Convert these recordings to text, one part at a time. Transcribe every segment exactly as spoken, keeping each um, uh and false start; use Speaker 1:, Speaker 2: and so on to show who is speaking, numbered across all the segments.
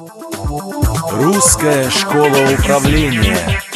Speaker 1: Русская школа управления.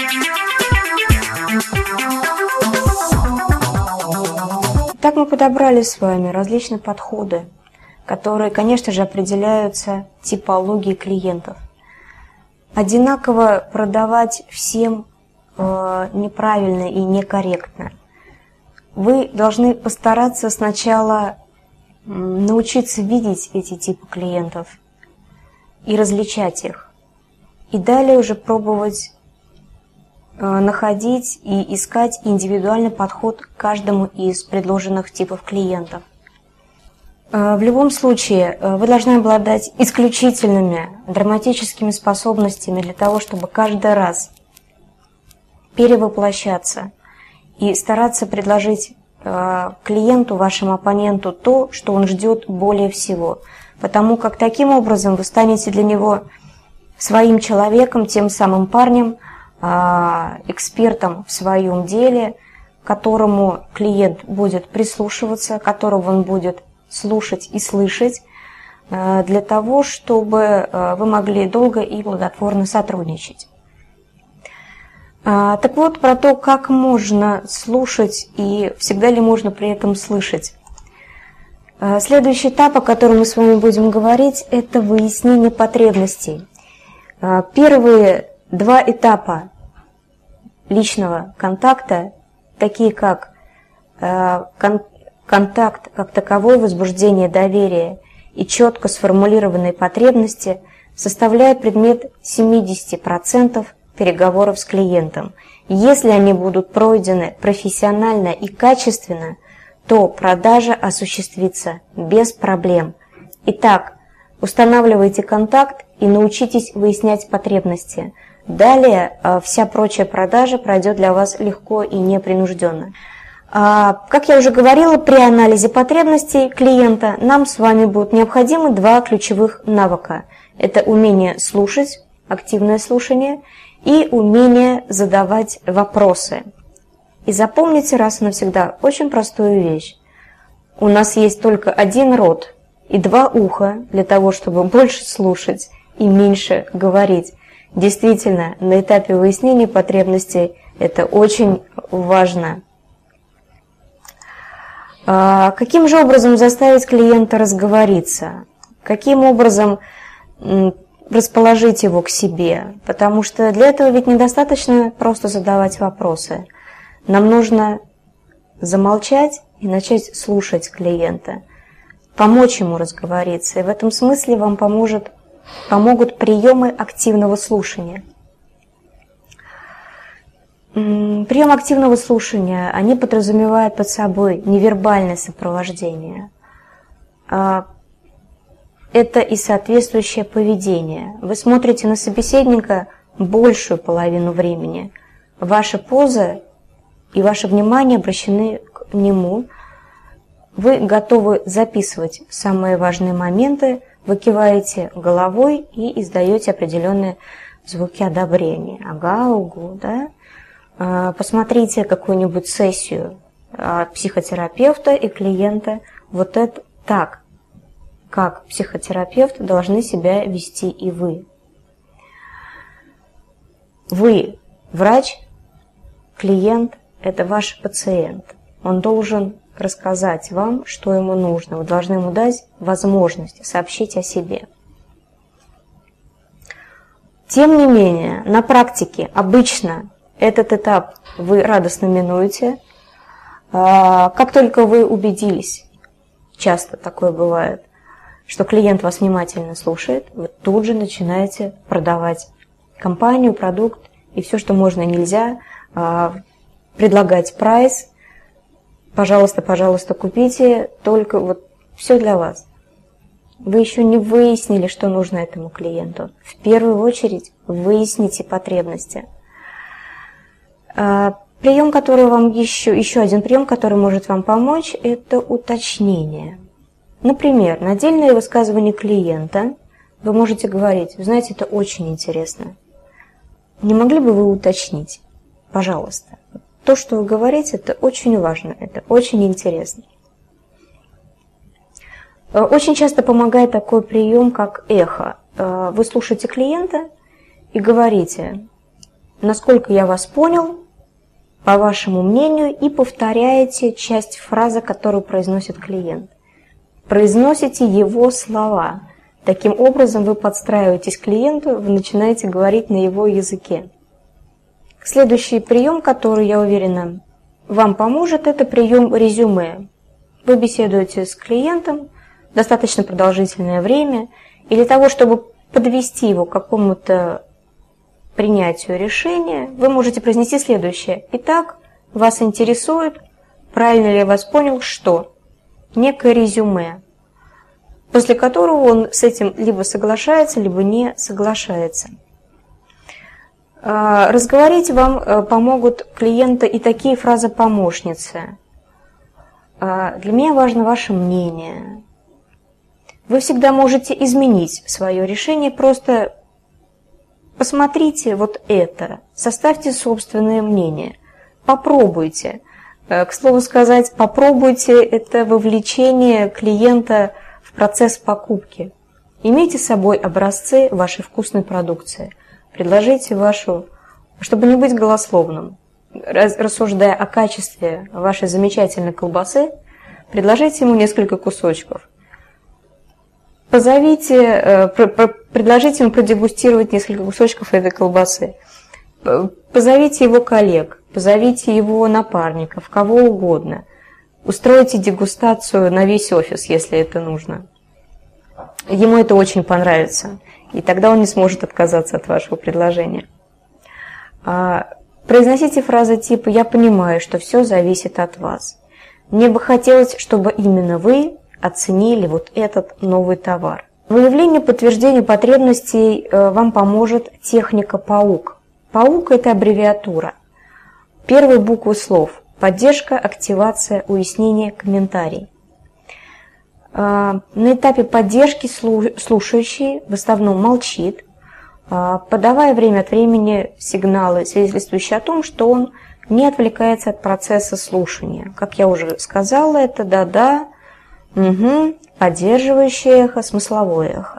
Speaker 2: Так мы подобрали с вами различные подходы, которые, конечно же, определяются типологией клиентов. Одинаково продавать всем э, неправильно и некорректно. Вы должны постараться сначала научиться видеть эти типы клиентов и различать их. И далее уже пробовать э, находить и искать индивидуальный подход к каждому из предложенных типов клиентов. Э, в любом случае, э, вы должны обладать исключительными драматическими способностями для того, чтобы каждый раз перевоплощаться и стараться предложить э, клиенту, вашему оппоненту, то, что он ждет более всего. Потому как таким образом вы станете для него своим человеком, тем самым парнем, э, экспертом в своем деле, к которому клиент будет прислушиваться, которого он будет слушать и слышать, э, для того, чтобы э, вы могли долго и плодотворно сотрудничать. Так вот, про то, как можно слушать и всегда ли можно при этом слышать. Следующий этап, о котором мы с вами будем говорить, это выяснение потребностей. Первые два этапа личного контакта, такие как контакт как таковой, возбуждение доверия и четко сформулированные потребности, составляют предмет семьдесят процентов переговоров с клиентом. Если они будут пройдены профессионально и качественно, то продажа осуществится без проблем. Итак, устанавливайте контакт и научитесь выяснять потребности. Далее вся прочая продажа пройдет для вас легко и непринужденно. Как я уже говорила, при анализе потребностей клиента нам с вами будут необходимы два ключевых навыка. Это умение слушать, активное слушание, и умение задавать вопросы. И запомните раз и навсегда очень простую вещь. У нас есть только один рот и два уха для того, чтобы больше слушать и меньше говорить. Действительно, на этапе выяснения потребностей это очень важно. Каким же образом заставить клиента разговориться? Каким образом расположить его к себе, потому что для этого ведь недостаточно просто задавать вопросы. Нам нужно замолчать и начать слушать клиента, помочь ему разговориться. И в этом смысле вам поможет, помогут приемы активного слушания. Прием активного слушания, они подразумевают под собой невербальное сопровождение. Это и соответствующее поведение. Вы смотрите на собеседника большую половину времени. Ваша поза и ваше внимание обращены к нему. Вы готовы записывать самые важные моменты, вы киваете головой и издаете определенные звуки одобрения. Ага, угу, да? Посмотрите какую-нибудь сессию психотерапевта и клиента. Вот это так. Как психотерапевт должны себя вести и вы. Вы врач, клиент – это ваш пациент. Он должен рассказать вам, что ему нужно. Вы должны ему дать возможность сообщить о себе. Тем не менее, на практике обычно этот этап вы радостно минуете. Как только вы убедились, часто такое бывает, что клиент вас внимательно слушает, вы тут же начинаете продавать компанию, продукт и все, что можно и нельзя, предлагать прайс, пожалуйста, пожалуйста, купите, только вот все для вас. Вы еще не выяснили, что нужно этому клиенту. В первую очередь выясните потребности. Прием, который вам еще, еще один прием, который может вам помочь, это уточнение. Например, на отдельное высказывание клиента вы можете говорить: вы знаете, это очень интересно. Не могли бы вы уточнить, пожалуйста? То, что вы говорите, это очень важно, это очень интересно. Очень часто помогает такой прием, как эхо. вы слушаете клиента и говорите, насколько я вас понял, по вашему мнению, и повторяете часть фразы, которую произносит клиент. Произносите его слова. Таким образом вы подстраиваетесь к клиенту, вы начинаете говорить на его языке. Следующий прием, который, я уверена, вам поможет, это прием резюме. Вы беседуете с клиентом достаточно продолжительное время, и для того, чтобы подвести его к какому-то принятию решения, вы можете произнести следующее. Итак, вас интересует, правильно ли я вас понял, что? Некое резюме, после которого он с этим либо соглашается, либо не соглашается. Разговорить вам помогут клиента и такие фразы-помощницы. Для меня важно ваше мнение. Вы всегда можете изменить свое решение, просто посмотрите вот это, составьте собственное мнение, попробуйте. К слову сказать, попробуйте это вовлечение клиента в процесс покупки. Имейте с собой образцы вашей вкусной продукции. Предложите вашу, чтобы не быть голословным, рассуждая о качестве вашей замечательной колбасы, предложите ему несколько кусочков. Позовите, предложите ему продегустировать несколько кусочков этой колбасы. Позовите его коллег, позовите его напарников, кого угодно. Устройте дегустацию на весь офис, если это нужно. Ему это очень понравится, и тогда он не сможет отказаться от вашего предложения. Произносите фразы типа «Я понимаю, что все зависит от вас. Мне бы хотелось, чтобы именно вы оценили вот этот новый товар». В выявлении подтверждения потребностей вам поможет техника ПАУК. ПАУК – это аббревиатура. Первые буквы слов – поддержка, активация, уяснение, комментарий. На этапе поддержки слушающий в основном молчит, подавая время от времени сигналы, свидетельствующие о том, что он не отвлекается от процесса слушания. Как я уже сказала, это да-да, угу, поддерживающее эхо, смысловое эхо.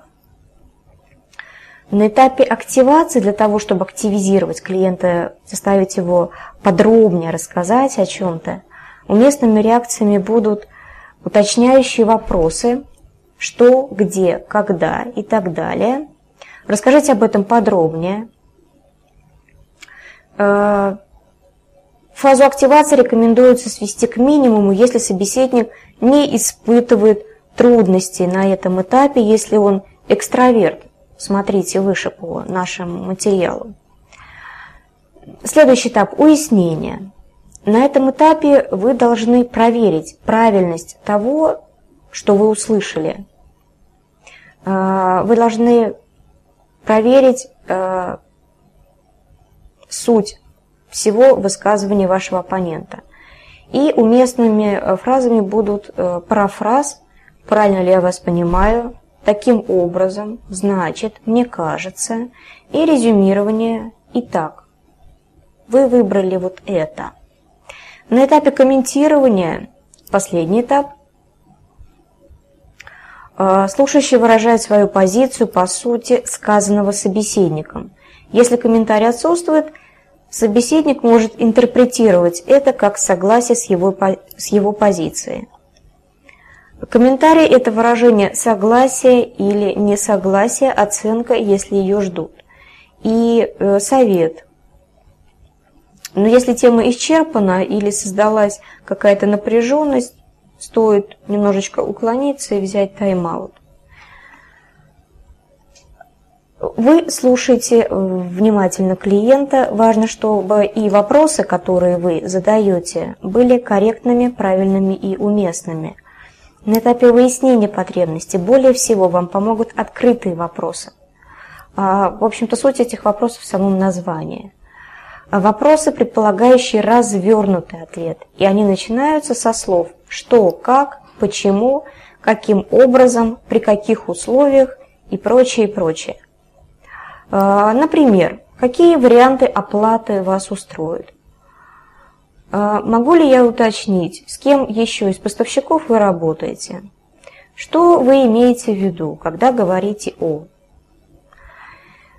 Speaker 2: На этапе активации, для того, чтобы активизировать клиента, заставить его подробнее рассказать о чем-то, уместными реакциями будут уточняющие вопросы, что, где, когда и так далее. Расскажите об этом подробнее. Фазу активации рекомендуется свести к минимуму, если собеседник не испытывает трудностей на этом этапе, если он экстраверт. Смотрите выше по нашим материалам. Следующий этап – уяснение. На этом этапе вы должны проверить правильность того, что вы услышали. Вы должны проверить суть всего высказывания вашего оппонента. И уместными фразами будут парафраз «Правильно ли я вас понимаю?», «Таким образом», «Значит», «Мне кажется» и резюмирование «Итак». Вы выбрали вот это. На этапе комментирования, последний этап, слушающий выражает свою позицию по сути сказанного собеседником. Если комментарий отсутствует, собеседник может интерпретировать это как согласие с его, с его позицией. Комментарий – это выражение согласия или несогласия, оценка, если ее ждут. И э, совет. Но если тема исчерпана или создалась какая-то напряженность, стоит немножечко уклониться и взять тайм-аут. Вы слушаете внимательно клиента. Важно, чтобы и вопросы, которые вы задаете, были корректными, правильными и уместными. На этапе выяснения потребностей более всего вам помогут открытые вопросы. В общем-то, суть этих вопросов в самом названии. Вопросы, предполагающие развернутый ответ, и они начинаются со слов «что», «как», «почему», «каким образом», «при каких условиях» и прочее, и прочее. Например, какие варианты оплаты вас устроят? Могу ли я уточнить, с кем еще из поставщиков вы работаете? Что вы имеете в виду, когда говорите о?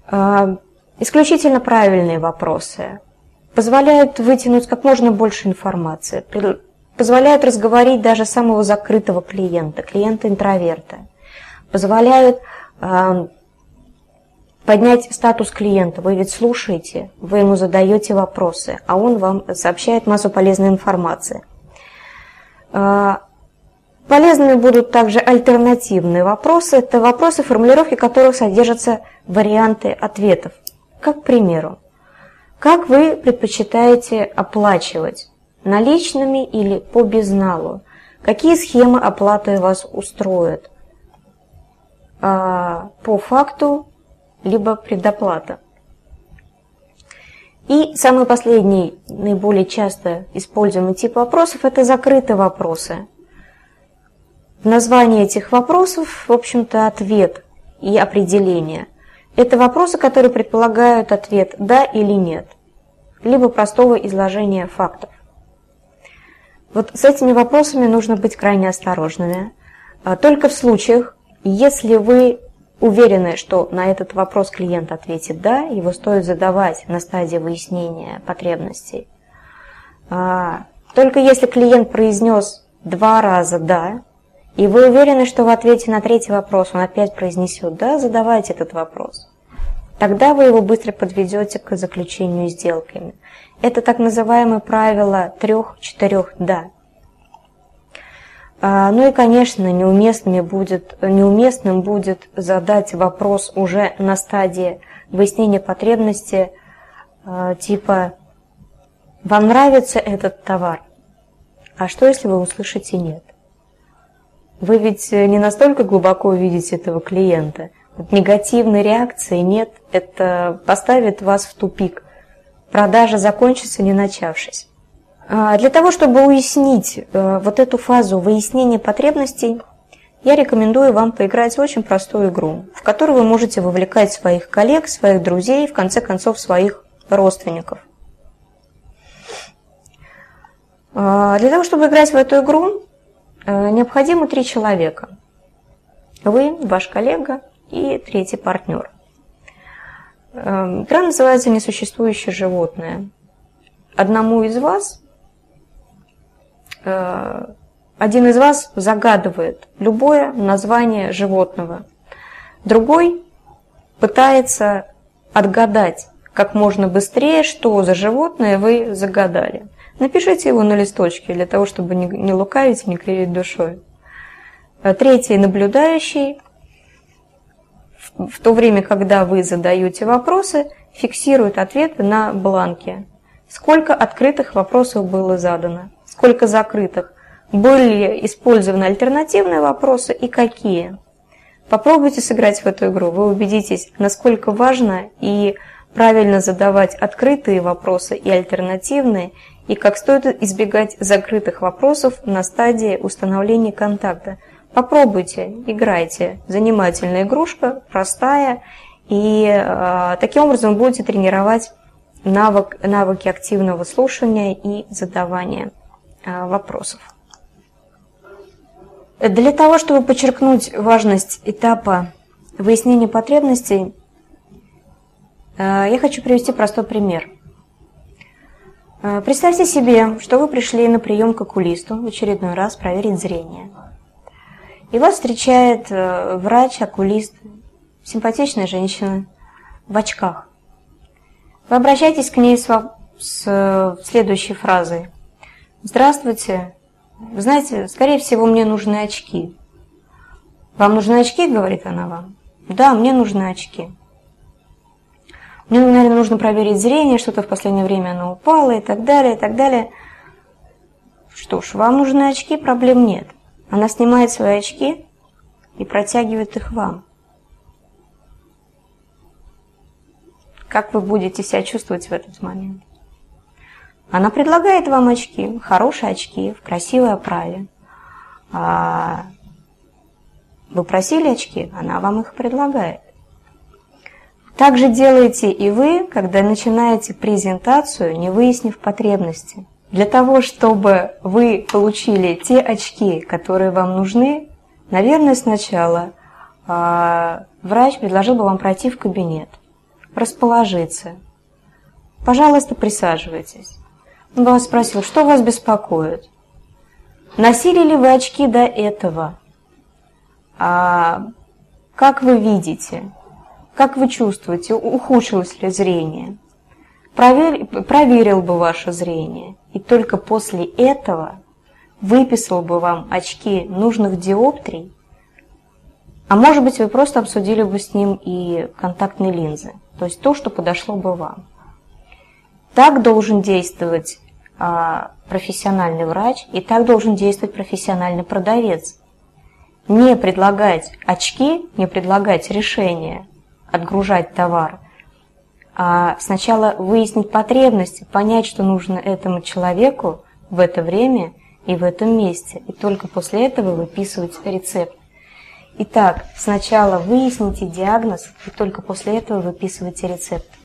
Speaker 2: Исключительно правильные вопросы позволяют вытянуть как можно больше информации, позволяют разговорить даже самого закрытого клиента, клиента-интроверта, позволяют э, поднять статус клиента. Вы ведь слушаете, вы ему задаете вопросы, а он вам сообщает массу полезной информации. Э, полезными будут также альтернативные вопросы. Это вопросы, формулировки которых содержатся варианты ответов. Как, к примеру, как вы предпочитаете оплачивать? Наличными или по безналу? Какие схемы оплаты вас устроят? А, по факту, либо предоплата? И самый последний, наиболее часто используемый тип вопросов – это закрытые вопросы. В названии этих вопросов, в общем-то, ответ и определение. Это вопросы, которые предполагают ответ «да» или «нет», либо простого изложения фактов. Вот с этими вопросами нужно быть крайне осторожными. Только в случаях, если вы уверены, что на этот вопрос клиент ответит «да», его стоит задавать на стадии выяснения потребностей. Только если клиент произнес два раза «да», и вы уверены, что в ответе на третий вопрос он опять произнесет «да», задавайте этот вопрос. Тогда вы его быстро подведете к заключению сделками. Это так называемое правило трех-четырех «да». Ну и, конечно, неуместным будет, неуместным будет задать вопрос уже на стадии выяснения потребности, типа «Вам нравится этот товар?» А что, если вы услышите «нет»? Вы ведь не настолько глубоко видите этого клиента. Вот негативной реакции нет, это поставит вас в тупик. Продажа закончится, не начавшись. Для того, чтобы уяснить вот эту фазу выяснения потребностей, я рекомендую вам поиграть в очень простую игру, в которую вы можете вовлекать своих коллег, своих друзей, в конце концов, своих родственников. Для того, чтобы играть в эту игру, необходимо три человека. Вы, ваш коллега и третий партнер. Игра называется «Несуществующее животное». Одному из вас, один из вас загадывает любое название животного. Другой пытается отгадать как можно быстрее, что за животное вы загадали. Напишите его на листочке, для того, чтобы не лукавить и не кривить душой. Третий, наблюдающий, в то время, когда вы задаете вопросы, фиксирует ответы на бланке. Сколько открытых вопросов было задано, сколько закрытых, были использованы альтернативные вопросы и какие. Попробуйте сыграть в эту игру, вы убедитесь, насколько важно и правильно задавать открытые вопросы и альтернативные, и как стоит избегать закрытых вопросов на стадии установления контакта. Попробуйте, играйте. Занимательная игрушка, простая, и э, таким образом будете тренировать навык, навыки активного слушания и задавания э, вопросов. Для того, чтобы подчеркнуть важность этапа выяснения потребностей, э, я хочу привести простой пример. Представьте себе, что вы пришли на прием к окулисту в очередной раз проверить зрение. И вас встречает врач-окулист, симпатичная женщина в очках. Вы обращаетесь к ней с, с следующей фразой. «Здравствуйте, вы знаете, скорее всего, мне нужны очки». «Вам нужны очки?» – говорит она вам. «Да, мне нужны очки». Мне, наверное, нужно проверить зрение, что-то в последнее время оно упало и так далее, и так далее. Что ж, вам нужны очки, проблем нет. Она снимает свои очки и протягивает их вам. Как вы будете себя чувствовать в этот момент? Она предлагает вам очки, хорошие очки, в красивой оправе. А вы просили очки, она вам их предлагает. Так же делаете и вы, когда начинаете презентацию, не выяснив потребности. Для того, чтобы вы получили те очки, которые вам нужны, наверное, сначала э, врач предложил бы вам пройти в кабинет. расположиться. Пожалуйста, присаживайтесь. Он вас спросил, что вас беспокоит? Носили ли вы очки до этого? А как вы видите? Как вы чувствуете? Ухудшилось ли зрение? Проверь, проверил бы ваше зрение. И только после этого выписал бы вам очки нужных диоптрий. А может быть, вы просто обсудили бы с ним и контактные линзы. То есть то, что подошло бы вам. Так должен действовать а, профессиональный врач, и так должен действовать профессиональный продавец. Не предлагать очки, не предлагать решение отгружать товар, а сначала выяснить потребности, понять, что нужно этому человеку в это время и в этом месте, и только после этого выписывать рецепт. Итак, сначала выясните диагноз, и только после этого выписывайте рецепт.